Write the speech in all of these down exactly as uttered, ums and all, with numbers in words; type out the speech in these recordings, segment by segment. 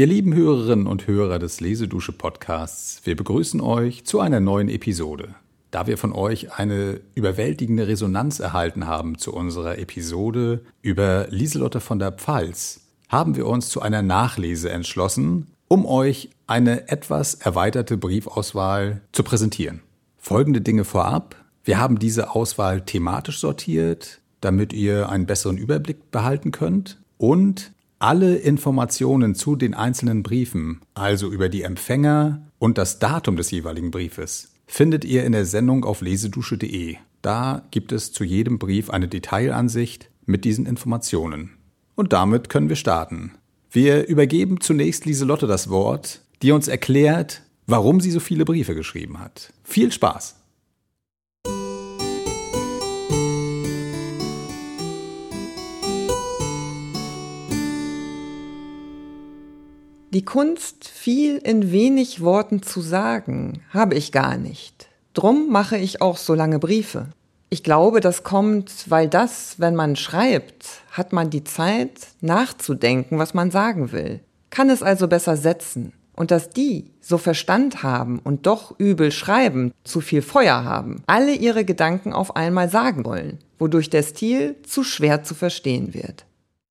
Ihr lieben Hörerinnen und Hörer des Lesedusche-Podcasts, wir begrüßen euch zu einer neuen Episode. Da wir von euch eine überwältigende Resonanz erhalten haben zu unserer Episode über Lieselotte von der Pfalz, haben wir uns zu einer Nachlese entschlossen, um euch eine etwas erweiterte Briefauswahl zu präsentieren. Folgende Dinge vorab. Wir haben diese Auswahl thematisch sortiert, damit ihr einen besseren Überblick behalten könnt, und alle Informationen zu den einzelnen Briefen, also über die Empfänger und das Datum des jeweiligen Briefes, findet ihr in der Sendung auf lesedusche punkt de. Da gibt es zu jedem Brief eine Detailansicht mit diesen Informationen. Und damit können wir starten. Wir übergeben zunächst Lieselotte das Wort, die uns erklärt, warum sie so viele Briefe geschrieben hat. Viel Spaß! Die Kunst, viel in wenig Worten zu sagen, habe ich gar nicht. Drum mache ich auch so lange Briefe. Ich glaube, das kommt, weil das, wenn man schreibt, hat man die Zeit, nachzudenken, was man sagen will. Kann es also besser setzen. Und dass die so Verstand haben und doch übel schreiben, zu viel Feuer haben, alle ihre Gedanken auf einmal sagen wollen, wodurch der Stil zu schwer zu verstehen wird.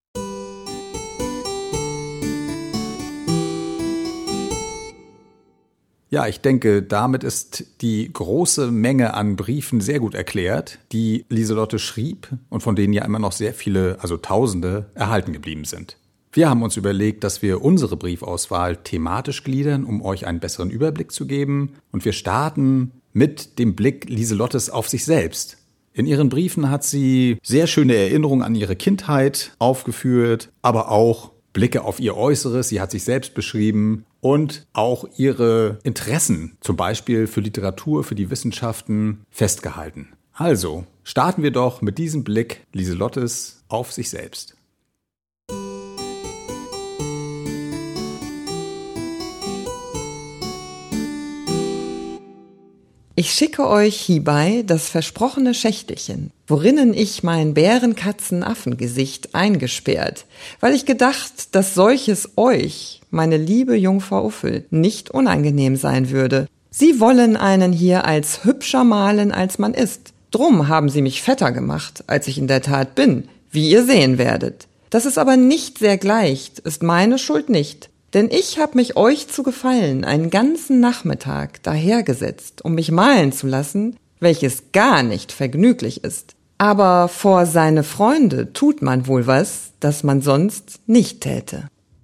Ja, ich denke, damit ist die große Menge an Briefen sehr gut erklärt, die Lieselotte schrieb und von denen ja immer noch sehr viele, also Tausende, erhalten geblieben sind. Wir haben uns überlegt, dass wir unsere Briefauswahl thematisch gliedern, um euch einen besseren Überblick zu geben. Und wir starten mit dem Blick Lieselottes auf sich selbst. In ihren Briefen hat sie sehr schöne Erinnerungen an ihre Kindheit aufgeführt, aber auch Blicke auf ihr Äußeres, sie hat sich selbst beschrieben, und auch ihre Interessen, zum Beispiel für Literatur, für die Wissenschaften, festgehalten. Also starten wir doch mit diesem Blick Lieselottes auf sich selbst. Ich schicke euch hiebei das versprochene Schächtelchen, worinnen ich mein Bärenkatzen-Affengesicht eingesperrt, weil ich gedacht, dass solches euch, meine liebe Jungfrau Uffel, nicht unangenehm sein würde. Sie wollen einen hier als hübscher malen, als man ist. Drum haben sie mich fetter gemacht, als ich in der Tat bin, wie ihr sehen werdet. Dass es aber nicht sehr gleicht, ist meine Schuld nicht. Denn ich hab mich euch zu gefallen einen ganzen Nachmittag dahergesetzt, um mich malen zu lassen, welches gar nicht vergnüglich ist. Aber vor seine Freunde tut man wohl was, das man sonst nicht täte.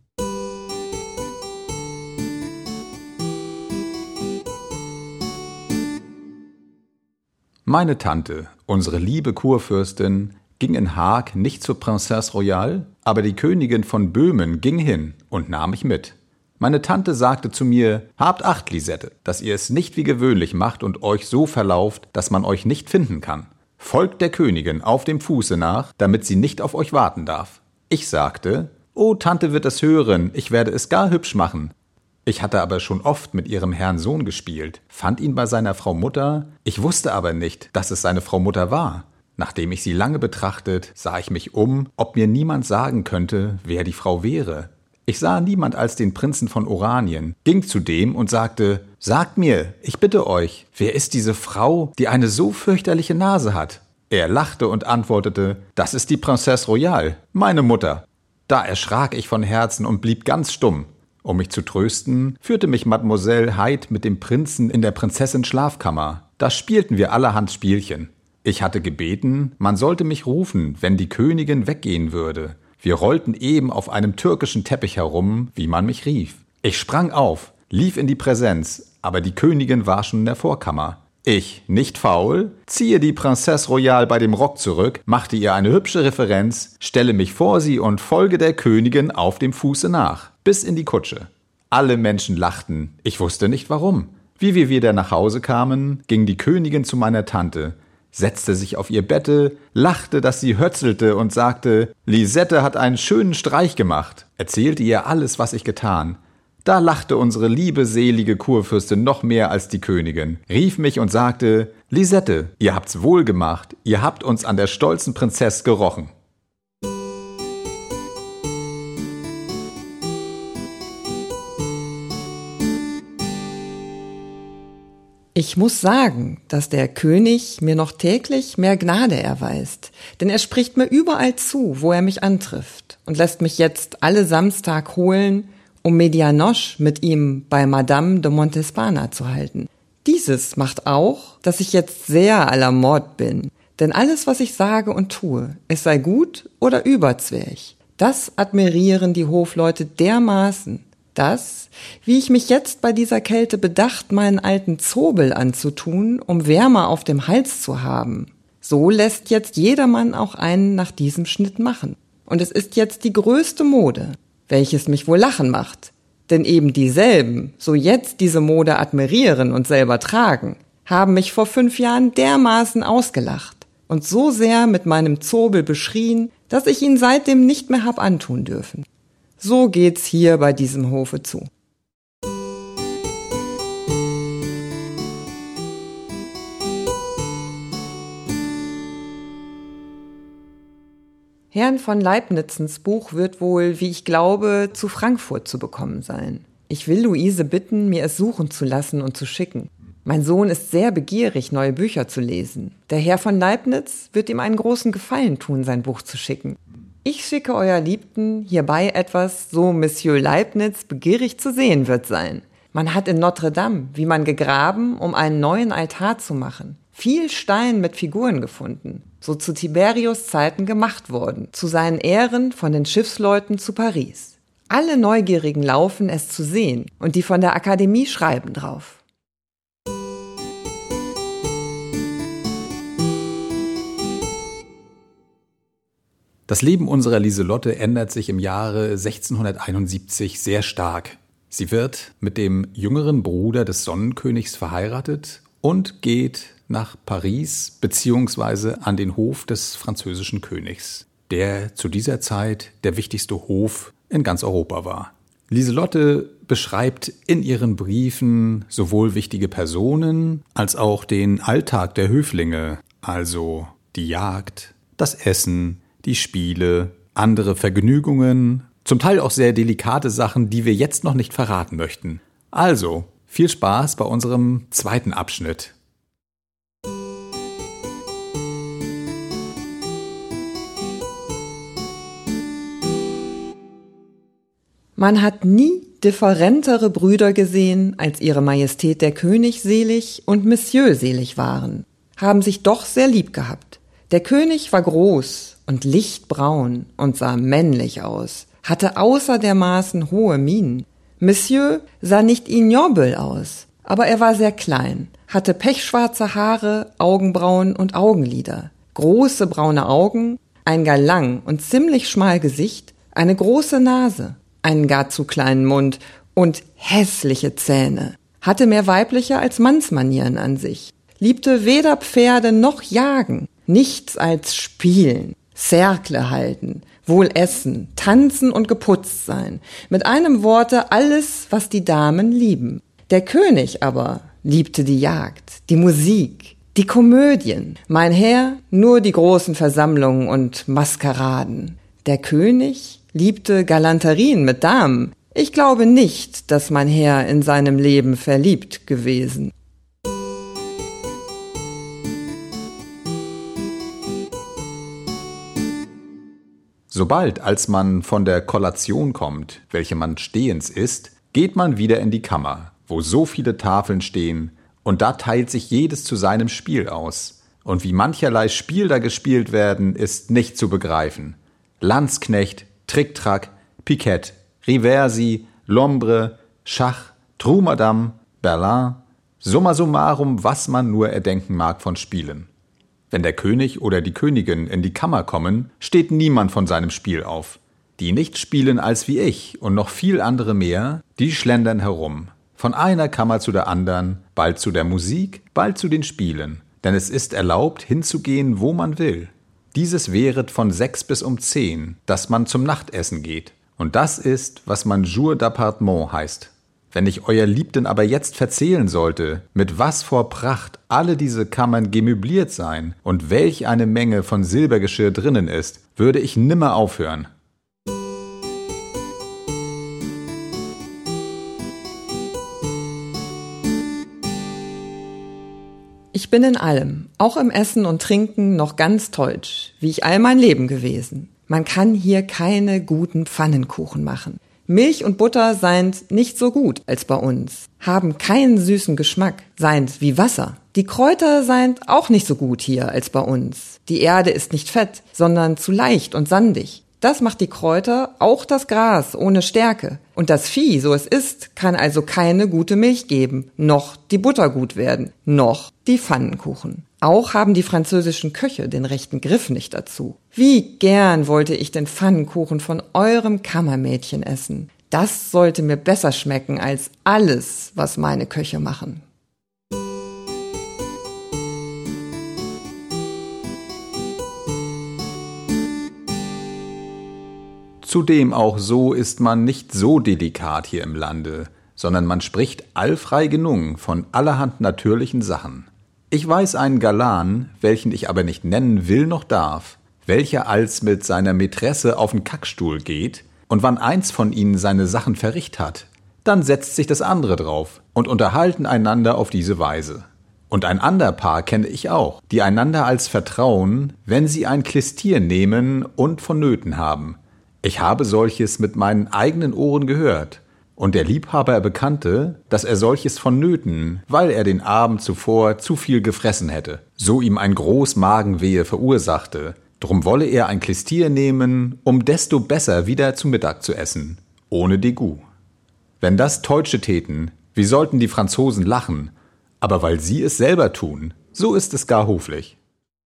Meine Tante, unsere liebe Kurfürstin, ging in Haag nicht zur Princesse Royale, aber die Königin von Böhmen ging hin und nahm mich mit. Meine Tante sagte zu mir: Habt Acht, Lisette, dass ihr es nicht wie gewöhnlich macht und euch so verlauft, dass man euch nicht finden kann. Folgt der Königin auf dem Fuße nach, damit sie nicht auf euch warten darf. Ich sagte: Oh, Tante wird es hören, ich werde es gar hübsch machen. Ich hatte aber schon oft mit ihrem Herrn Sohn gespielt, fand ihn bei seiner Frau Mutter, ich wusste aber nicht, dass es seine Frau Mutter war. Nachdem ich sie lange betrachtet, sah ich mich um, ob mir niemand sagen könnte, wer die Frau wäre. Ich sah niemand als den Prinzen von Oranien, ging zu dem und sagte: Sagt mir, ich bitte euch, wer ist diese Frau, die eine so fürchterliche Nase hat? Er lachte und antwortete: Das ist die Princesse Royale, meine Mutter. Da erschrak ich von Herzen und blieb ganz stumm. Um mich zu trösten, führte mich Mademoiselle Hyde mit dem Prinzen in der Prinzessin Schlafkammer. Da spielten wir allerhand Spielchen. Ich hatte gebeten, man sollte mich rufen, wenn die Königin weggehen würde. Wir rollten eben auf einem türkischen Teppich herum, wie man mich rief. Ich sprang auf, lief in die Präsenz, aber die Königin war schon in der Vorkammer. Ich, nicht faul, ziehe die Princesse Royale bei dem Rock zurück, machte ihr eine hübsche Reverenz, stelle mich vor sie und folge der Königin auf dem Fuße nach, bis in die Kutsche. Alle Menschen lachten, ich wusste nicht warum. Wie wir wieder nach Hause kamen, ging die Königin zu meiner Tante, setzte sich auf ihr Bette, lachte, dass sie hötzelte und sagte: Lisette hat einen schönen Streich gemacht, erzählte ihr alles, was ich getan. Da lachte unsere liebe, selige Kurfürstin noch mehr als die Königin, rief mich und sagte: Lisette, ihr habt's wohl gemacht, ihr habt uns an der stolzen Prinzess gerochen. Ich muss sagen, dass der König mir noch täglich mehr Gnade erweist, denn er spricht mir überall zu, wo er mich antrifft und lässt mich jetzt alle Samstag holen, um Medianoche mit ihm bei Madame de Montespan zu halten. Dieses macht auch, dass ich jetzt sehr à la mode bin, denn alles, was ich sage und tue, es sei gut oder überzwerg, das admirieren die Hofleute dermaßen, dass, wie ich mich jetzt bei dieser Kälte bedacht, meinen alten Zobel anzutun, um Wärme auf dem Hals zu haben, so lässt jetzt jedermann auch einen nach diesem Schnitt machen. Und es ist jetzt die größte Mode, welches mich wohl lachen macht. Denn eben dieselben, so jetzt diese Mode admirieren und selber tragen, haben mich vor fünf Jahren dermaßen ausgelacht und so sehr mit meinem Zobel beschrien, dass ich ihn seitdem nicht mehr hab antun dürfen. So geht's hier bei diesem Hofe zu. Herrn von Leibnizens Buch wird wohl, wie ich glaube, zu Frankfurt zu bekommen sein. Ich will Luise bitten, mir es suchen zu lassen und zu schicken. Mein Sohn ist sehr begierig, neue Bücher zu lesen. Der Herr von Leibniz wird ihm einen großen Gefallen tun, sein Buch zu schicken. Ich schicke euer Liebten hierbei etwas, so Monsieur Leibniz begierig zu sehen wird sein. Man hat in Notre Dame, wie man gegraben, um einen neuen Altar zu machen, viel Stein mit Figuren gefunden, so zu Tiberius Zeiten gemacht worden, zu seinen Ehren von den Schiffsleuten zu Paris. Alle Neugierigen laufen, es zu sehen, und die von der Akademie schreiben drauf. Das Leben unserer Lieselotte ändert sich im Jahre sechzehnhunderteinundsiebzig sehr stark. Sie wird mit dem jüngeren Bruder des Sonnenkönigs verheiratet und geht nach Paris bzw. an den Hof des französischen Königs, der zu dieser Zeit der wichtigste Hof in ganz Europa war. Lieselotte beschreibt in ihren Briefen sowohl wichtige Personen als auch den Alltag der Höflinge, also die Jagd, das Essen, die Spiele, andere Vergnügungen, zum Teil auch sehr delikate Sachen, die wir jetzt noch nicht verraten möchten. Also, viel Spaß bei unserem zweiten Abschnitt. Man hat nie differentere Brüder gesehen, als ihre Majestät der König selig und Monsieur selig waren, haben sich doch sehr lieb gehabt. Der König war groß und lichtbraun und sah männlich aus, hatte außer dermaßen hohe Mienen. Monsieur sah nicht ignoble aus, aber er war sehr klein, hatte pechschwarze Haare, Augenbrauen und Augenlider, große braune Augen, ein gar lang und ziemlich schmal Gesicht, eine große Nase, einen gar zu kleinen Mund und hässliche Zähne, hatte mehr weibliche als Mannsmanieren an sich, liebte weder Pferde noch Jagen, nichts als Spielen, Cercle halten, wohl essen, tanzen und geputzt sein. Mit einem Worte alles, was die Damen lieben. Der König aber liebte die Jagd, die Musik, die Komödien. Mein Herr nur die großen Versammlungen und Maskeraden. Der König liebte Galanterien mit Damen. Ich glaube nicht, dass mein Herr in seinem Leben verliebt gewesen. Sobald als man von der Kollation kommt, welche man stehends isst, geht man wieder in die Kammer, wo so viele Tafeln stehen, und da teilt sich jedes zu seinem Spiel aus. Und wie mancherlei Spiel da gespielt werden, ist nicht zu begreifen. Landsknecht, Trick-Track, Pikett, Riversi, Lombre, Schach, Troumadam, Berlin, summa summarum, was man nur erdenken mag von Spielen. Wenn der König oder die Königin in die Kammer kommen, steht niemand von seinem Spiel auf. Die nicht spielen als wie ich und noch viel andere mehr, die schlendern herum. Von einer Kammer zu der anderen, bald zu der Musik, bald zu den Spielen. Denn es ist erlaubt, hinzugehen, wo man will. Dieses währet von sechs bis um zehn, dass man zum Nachtessen geht. Und das ist, was man Jour d'Appartement heißt. Wenn ich euer Liebten aber jetzt verzählen sollte, mit was vor Pracht alle diese Kammern gemöbliert seien und welch eine Menge von Silbergeschirr drinnen ist, würde ich nimmer aufhören. bin in allem, auch im Essen und Trinken, noch ganz deutsch, wie ich all mein Leben gewesen. Man kann hier keine guten Pfannenkuchen machen. Milch und Butter seind nicht so gut als bei uns, haben keinen süßen Geschmack, seind wie Wasser. Die Kräuter seind auch nicht so gut hier als bei uns. Die Erde ist nicht fett, sondern zu leicht und sandig. Das macht die Kräuter, auch das Gras, ohne Stärke. Und das Vieh, so es ist, kann also keine gute Milch geben, noch die Butter gut werden, noch die Pfannenkuchen. Auch haben die französischen Köche den rechten Griff nicht dazu. Wie gern wollte ich den Pfannenkuchen von eurem Kammermädchen essen. Das sollte mir besser schmecken als alles, was meine Köche machen. Zudem auch so ist man nicht so delikat hier im Lande, sondern man spricht allfrei genug von allerhand natürlichen Sachen. Ich weiß einen Galan, welchen ich aber nicht nennen will noch darf, welcher als mit seiner Mätresse auf den Kackstuhl geht, und wann eins von ihnen seine Sachen verricht hat, dann setzt sich das andere drauf und unterhalten einander auf diese Weise. Und ein ander Paar kenne ich auch, die einander als vertrauen, wenn sie ein Klistier nehmen und vonnöten haben. Ich habe solches mit meinen eigenen Ohren gehört. Und der Liebhaber bekannte, dass er solches vonnöten, weil er den Abend zuvor zu viel gefressen hätte, so ihm ein groß Magenwehe verursachte. Drum wolle er ein Klistier nehmen, um desto besser wieder zu Mittag zu essen, ohne Degout. Wenn das Teutsche täten, wie sollten die Franzosen lachen? Aber weil sie es selber tun, so ist es gar höflich.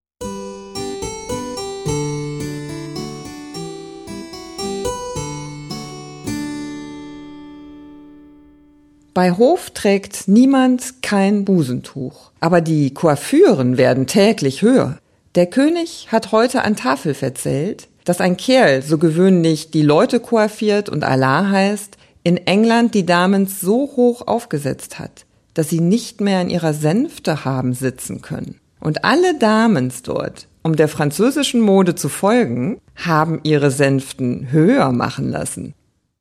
Bei Hof trägt niemand kein Busentuch, aber die Coiffeuren werden täglich höher. Der König hat heute an Tafel verzählt, dass ein Kerl so gewöhnlich die Leute coiffiert und Allah heißt, in England die Damens so hoch aufgesetzt hat, dass sie nicht mehr in ihrer Sänfte haben sitzen können. Und alle Damens dort, um der französischen Mode zu folgen, haben ihre Sänften höher machen lassen.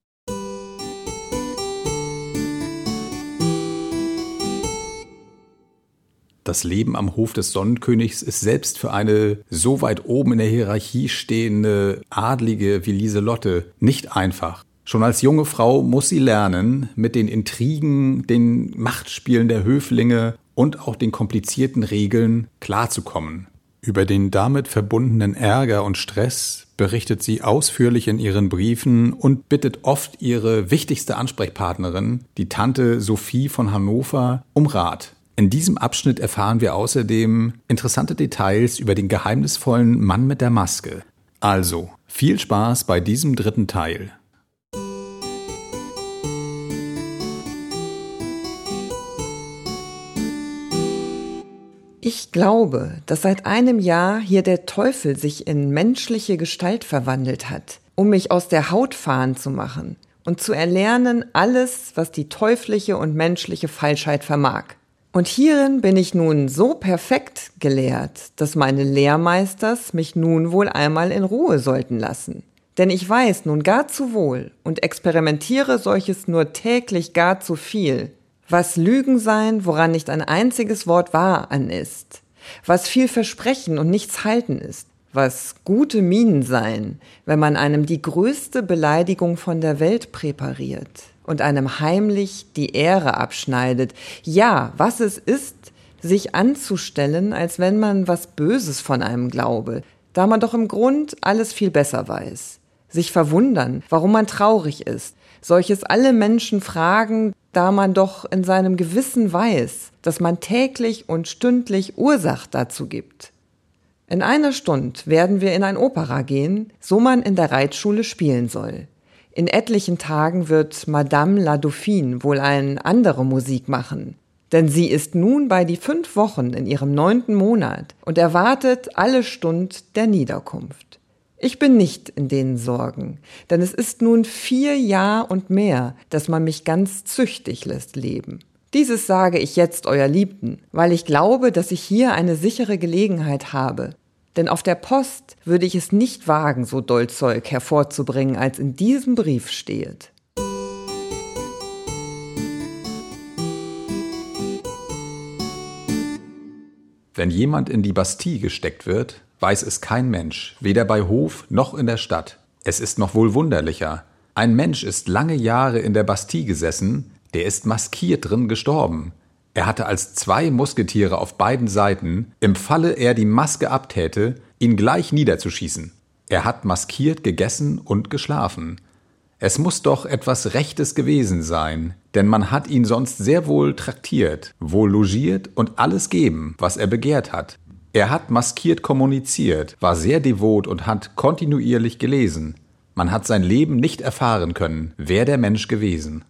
Das Leben am Hof des Sonnenkönigs ist selbst für eine so weit oben in der Hierarchie stehende Adlige wie Lieselotte nicht einfach. Schon als junge Frau muss sie lernen, mit den Intrigen, den Machtspielen der Höflinge und auch den komplizierten Regeln klarzukommen. Über den damit verbundenen Ärger und Stress berichtet sie ausführlich in ihren Briefen und bittet oft ihre wichtigste Ansprechpartnerin, die Tante Sophie von Hannover, um Rat. In diesem Abschnitt erfahren wir außerdem interessante Details über den geheimnisvollen Mann mit der Maske. Also, viel Spaß bei diesem dritten Teil. Ich glaube, dass seit einem Jahr hier der Teufel sich in menschliche Gestalt verwandelt hat, um mich aus der Haut fahren zu machen und zu erlernen alles, was die teuflische und menschliche Falschheit vermag. Und hierin bin ich nun so perfekt gelehrt, dass meine Lehrmeisters mich nun wohl einmal in Ruhe sollten lassen. Denn ich weiß nun gar zu wohl und experimentiere solches nur täglich gar zu viel, was Lügen sein, woran nicht ein einziges Wort wahr an ist, was viel Versprechen und nichts halten ist, was gute Mienen sein, wenn man einem die größte Beleidigung von der Welt präpariert und einem heimlich die Ehre abschneidet. Ja, was es ist, sich anzustellen, als wenn man was Böses von einem glaube, da man doch im Grund alles viel besser weiß. Sich verwundern, warum man traurig ist. Solches alle Menschen fragen, da man doch in seinem Gewissen weiß, dass man täglich und stündlich Ursach dazu gibt. In einer Stunde werden wir in ein Opera gehen, so man in der Reitschule spielen soll. In etlichen Tagen wird Madame la Dauphine wohl eine andere Musik machen, denn sie ist nun bei die fünf Wochen in ihrem neunten Monat und erwartet alle Stund der Niederkunft. Ich bin nicht in denen Sorgen, denn es ist nun vier Jahr und mehr, dass man mich ganz züchtig lässt leben. Dieses sage ich jetzt euer Liebten, weil ich glaube, dass ich hier eine sichere Gelegenheit habe. Denn auf der Post würde ich es nicht wagen, so doll Zeug hervorzubringen, als in diesem Brief stehet. Wenn jemand in die Bastille gesteckt wird, weiß es kein Mensch, weder bei Hof noch in der Stadt. Es ist noch wohl wunderlicher. Ein Mensch ist lange Jahre in der Bastille gesessen, der ist maskiert drin gestorben. Er hatte als zwei Musketiere auf beiden Seiten, im Falle er die Maske abtäte, ihn gleich niederzuschießen. Er hat maskiert gegessen und geschlafen. Es muss doch etwas Rechtes gewesen sein, denn man hat ihn sonst sehr wohl traktiert, wohl logiert und alles geben, was er begehrt hat. Er hat maskiert kommuniziert, war sehr devot und hat kontinuierlich gelesen. Man hat sein Leben nicht erfahren können, wer der Mensch gewesen.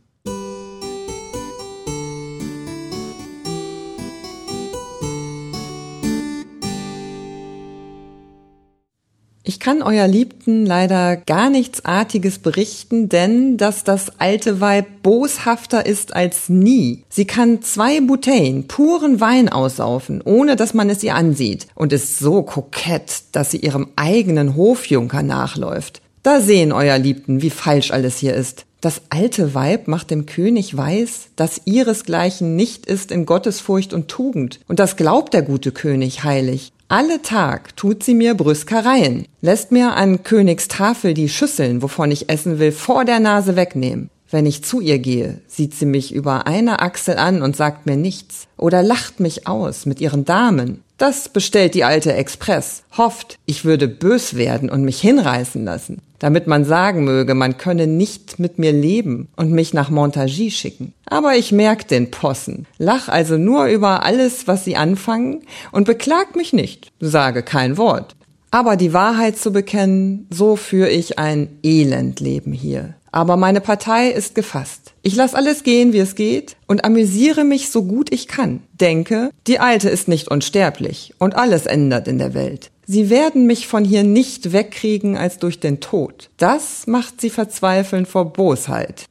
Ich kann euer Liebten leider gar nichts Artiges berichten, denn dass das alte Weib boshafter ist als nie. Sie kann zwei Bouteillen puren Wein aussaufen, ohne dass man es ihr ansieht, und ist so kokett, dass sie ihrem eigenen Hofjunker nachläuft. Da sehen euer Liebten, wie falsch alles hier ist. Das alte Weib macht dem König weiß, dass ihresgleichen nicht ist in Gottesfurcht und Tugend. Und das glaubt der gute König heilig. Alle Tag tut sie mir Brüskereien, lässt mir an Königstafel die Schüsseln, wovon ich essen will, vor der Nase wegnehmen. Wenn ich zu ihr gehe, sieht sie mich über eine Achsel an und sagt mir nichts oder lacht mich aus mit ihren Damen. Das bestellt die alte Express, hofft, ich würde bös werden und mich hinreißen lassen, damit man sagen möge, man könne nicht mit mir leben und mich nach Montargis schicken. Aber ich merk den Possen, lach also nur über alles, was sie anfangen und beklag mich nicht, sage kein Wort. Aber die Wahrheit zu bekennen, so führe ich ein Elendleben hier. Aber meine Partei ist gefasst. Ich lass alles gehen, wie es geht, und amüsiere mich so gut ich kann. Denke, die Alte ist nicht unsterblich und alles ändert in der Welt. Sie werden mich von hier nicht wegkriegen als durch den Tod. Das macht sie verzweifeln vor Bosheit.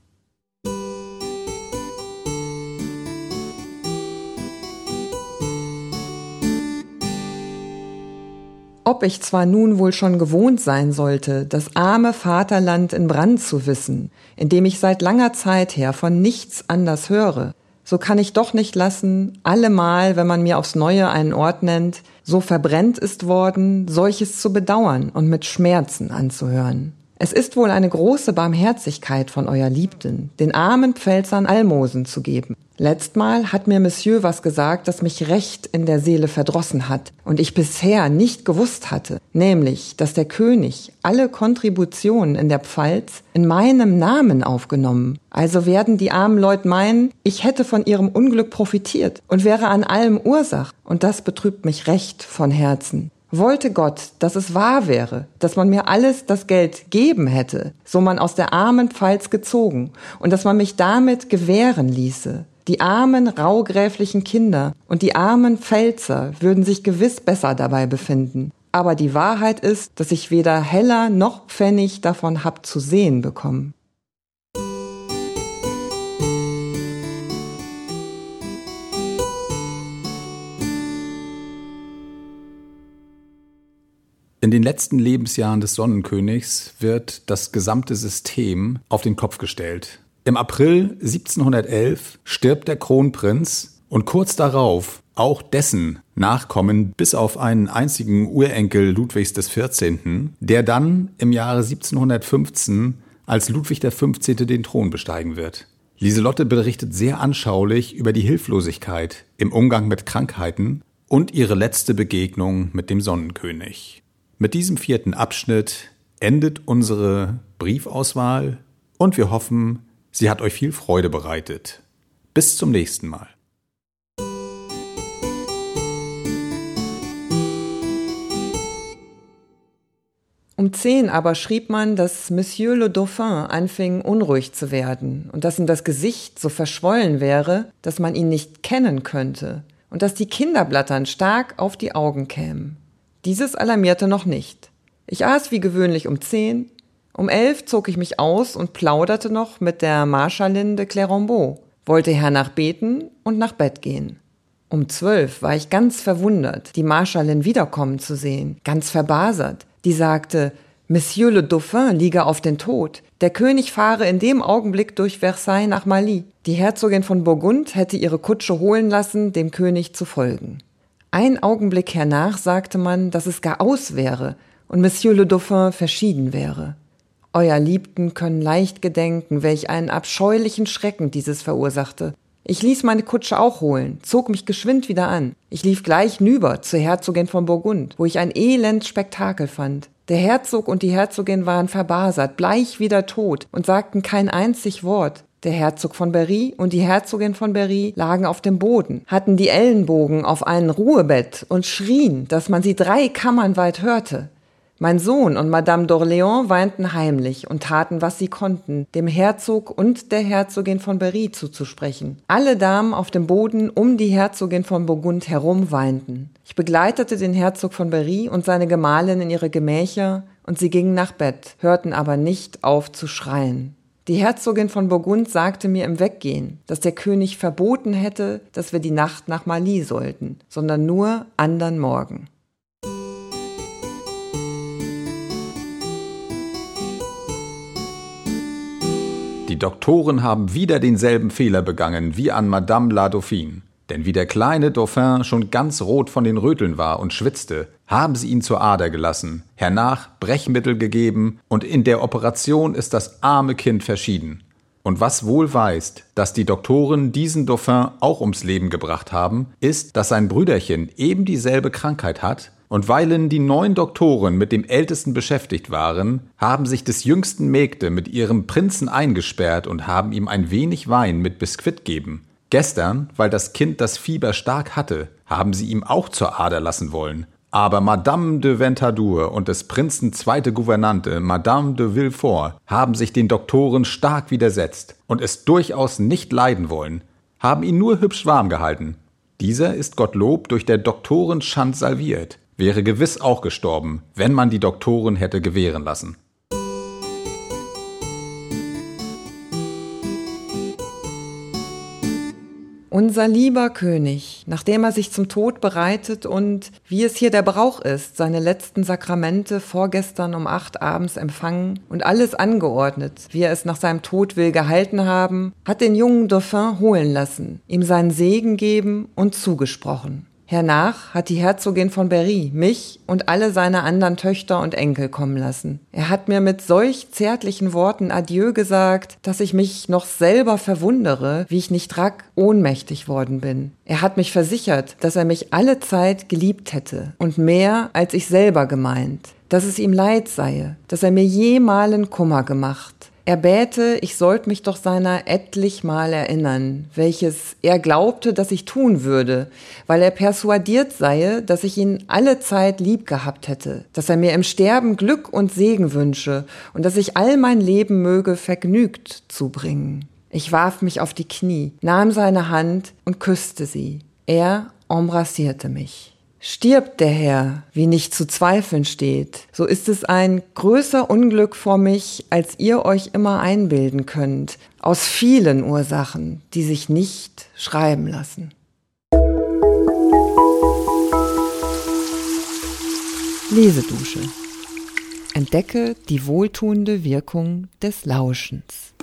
Ob ich zwar nun wohl schon gewohnt sein sollte, das arme Vaterland in Brand zu wissen, indem ich seit langer Zeit her von nichts anders höre, so kann ich doch nicht lassen, allemal, wenn man mir aufs Neue einen Ort nennt, so verbrennt ist worden, solches zu bedauern und mit Schmerzen anzuhören. Es ist wohl eine große Barmherzigkeit von euer Liebten, den armen Pfälzern Almosen zu geben. Letztmal hat mir Monsieur was gesagt, das mich recht in der Seele verdrossen hat und ich bisher nicht gewusst hatte, nämlich, dass der König alle Kontributionen in der Pfalz in meinem Namen aufgenommen. Also werden die armen Leute meinen, ich hätte von ihrem Unglück profitiert und wäre an allem Ursach, und das betrübt mich recht von Herzen. Wollte Gott, dass es wahr wäre, dass man mir alles das Geld geben hätte, so man aus der armen Pfalz gezogen, und dass man mich damit gewähren ließe. Die armen raugräflichen Kinder und die armen Pfälzer würden sich gewiss besser dabei befinden. Aber die Wahrheit ist, dass ich weder Heller noch Pfennig davon hab zu sehen bekommen. In den letzten Lebensjahren des Sonnenkönigs wird das gesamte System auf den Kopf gestellt. Im April siebzehnhundertelf stirbt der Kronprinz und kurz darauf auch dessen Nachkommen bis auf einen einzigen Urenkel Ludwigs des vierzehnten, der dann im Jahre siebzehnhundertfünfzehn als Ludwig der fünfzehnte den Thron besteigen wird. Lieselotte berichtet sehr anschaulich über die Hilflosigkeit im Umgang mit Krankheiten und ihre letzte Begegnung mit dem Sonnenkönig. Mit diesem vierten Abschnitt endet unsere Briefauswahl und wir hoffen, sie hat euch viel Freude bereitet. Bis zum nächsten Mal. Um zehn aber schrieb man, dass Monsieur le Dauphin anfing unruhig zu werden und dass ihm das Gesicht so verschwollen wäre, dass man ihn nicht kennen könnte und dass die Kinderblattern stark auf die Augen kämen. Dieses alarmierte noch nicht. Ich aß wie gewöhnlich um zehn. Um elf zog ich mich aus und plauderte noch mit der Marschallin de Clerembault, wollte hernach beten und nach Bett gehen. Um zwölf war ich ganz verwundert, die Marschallin wiederkommen zu sehen, ganz verbasert. Die sagte, Monsieur le Dauphin liege auf den Tod. Der König fahre in dem Augenblick durch Versailles nach Marly. Die Herzogin von Burgund hätte ihre Kutsche holen lassen, dem König zu folgen. Ein Augenblick hernach sagte man, dass es gar aus wäre und Monsieur le Dauphin verschieden wäre. Euer Liebten können leicht gedenken, welch einen abscheulichen Schrecken dieses verursachte. Ich ließ meine Kutsche auch holen, zog mich geschwind wieder an. Ich lief gleich nüber zur Herzogin von Burgund, wo ich ein elend Spektakel fand. Der Herzog und die Herzogin waren verbasert, bleich wie der Tod und sagten kein einzig Wort. Der Herzog von Berry und die Herzogin von Berry lagen auf dem Boden, hatten die Ellenbogen auf ein Ruhebett und schrien, dass man sie drei Kammern weit hörte. Mein Sohn und Madame d'Orléans weinten heimlich und taten, was sie konnten, dem Herzog und der Herzogin von Berry zuzusprechen. Alle Damen auf dem Boden um die Herzogin von Burgund herum weinten. Ich begleitete den Herzog von Berry und seine Gemahlin in ihre Gemächer und sie gingen nach Bett, hörten aber nicht auf zu schreien. Die Herzogin von Burgund sagte mir im Weggehen, dass der König verboten hätte, dass wir die Nacht nach Marly sollten, sondern nur andern Morgen. Die Doktoren haben wieder denselben Fehler begangen wie an Madame la Dauphine. Denn wie der kleine Dauphin schon ganz rot von den Röteln war und schwitzte, haben sie ihn zur Ader gelassen, hernach Brechmittel gegeben und in der Operation ist das arme Kind verschieden. Und was wohl weiß, dass die Doktoren diesen Dauphin auch ums Leben gebracht haben, ist, dass sein Brüderchen eben dieselbe Krankheit hat. Und weilen die neun Doktoren mit dem Ältesten beschäftigt waren, haben sich des jüngsten Mägde mit ihrem Prinzen eingesperrt und haben ihm ein wenig Wein mit Biskuit gegeben. Gestern, weil das Kind das Fieber stark hatte, haben sie ihm auch zur Ader lassen wollen. Aber Madame de Ventadour und des Prinzen zweite Gouvernante, Madame de Villefort, haben sich den Doktoren stark widersetzt und es durchaus nicht leiden wollen, haben ihn nur hübsch warm gehalten. Dieser ist Gottlob durch der Doktoren Schand salviert, wäre gewiss auch gestorben, wenn man die Doktoren hätte gewähren lassen. Unser lieber König, nachdem er sich zum Tod bereitet und, wie es hier der Brauch ist, seine letzten Sakramente vorgestern um acht abends empfangen und alles angeordnet, wie er es nach seinem Tod will gehalten haben, hat den jungen Dauphin holen lassen, ihm seinen Segen geben und zugesprochen. Hernach hat die Herzogin von Berry mich und alle seine anderen Töchter und Enkel kommen lassen. Er hat mir mit solch zärtlichen Worten Adieu gesagt, dass ich mich noch selber verwundere, wie ich nicht rack ohnmächtig worden bin. Er hat mich versichert, dass er mich alle Zeit geliebt hätte und mehr, als ich selber gemeint, dass es ihm leid sei, dass er mir jemalen Kummer gemacht. Er bäte, ich sollt mich doch seiner etlichmal erinnern, welches er glaubte, dass ich tun würde, weil er persuadiert sei, dass ich ihn alle Zeit lieb gehabt hätte, dass er mir im Sterben Glück und Segen wünsche und dass ich all mein Leben möge vergnügt zubringen. Ich warf mich auf die Knie, nahm seine Hand und küsste sie. Er embrassierte mich. Stirbt der Herr, wie nicht zu zweifeln steht, so ist es ein größer Unglück vor mich, als ihr euch immer einbilden könnt, aus vielen Ursachen, die sich nicht schreiben lassen. Lesedusche. Entdecke die wohltuende Wirkung des Lauschens.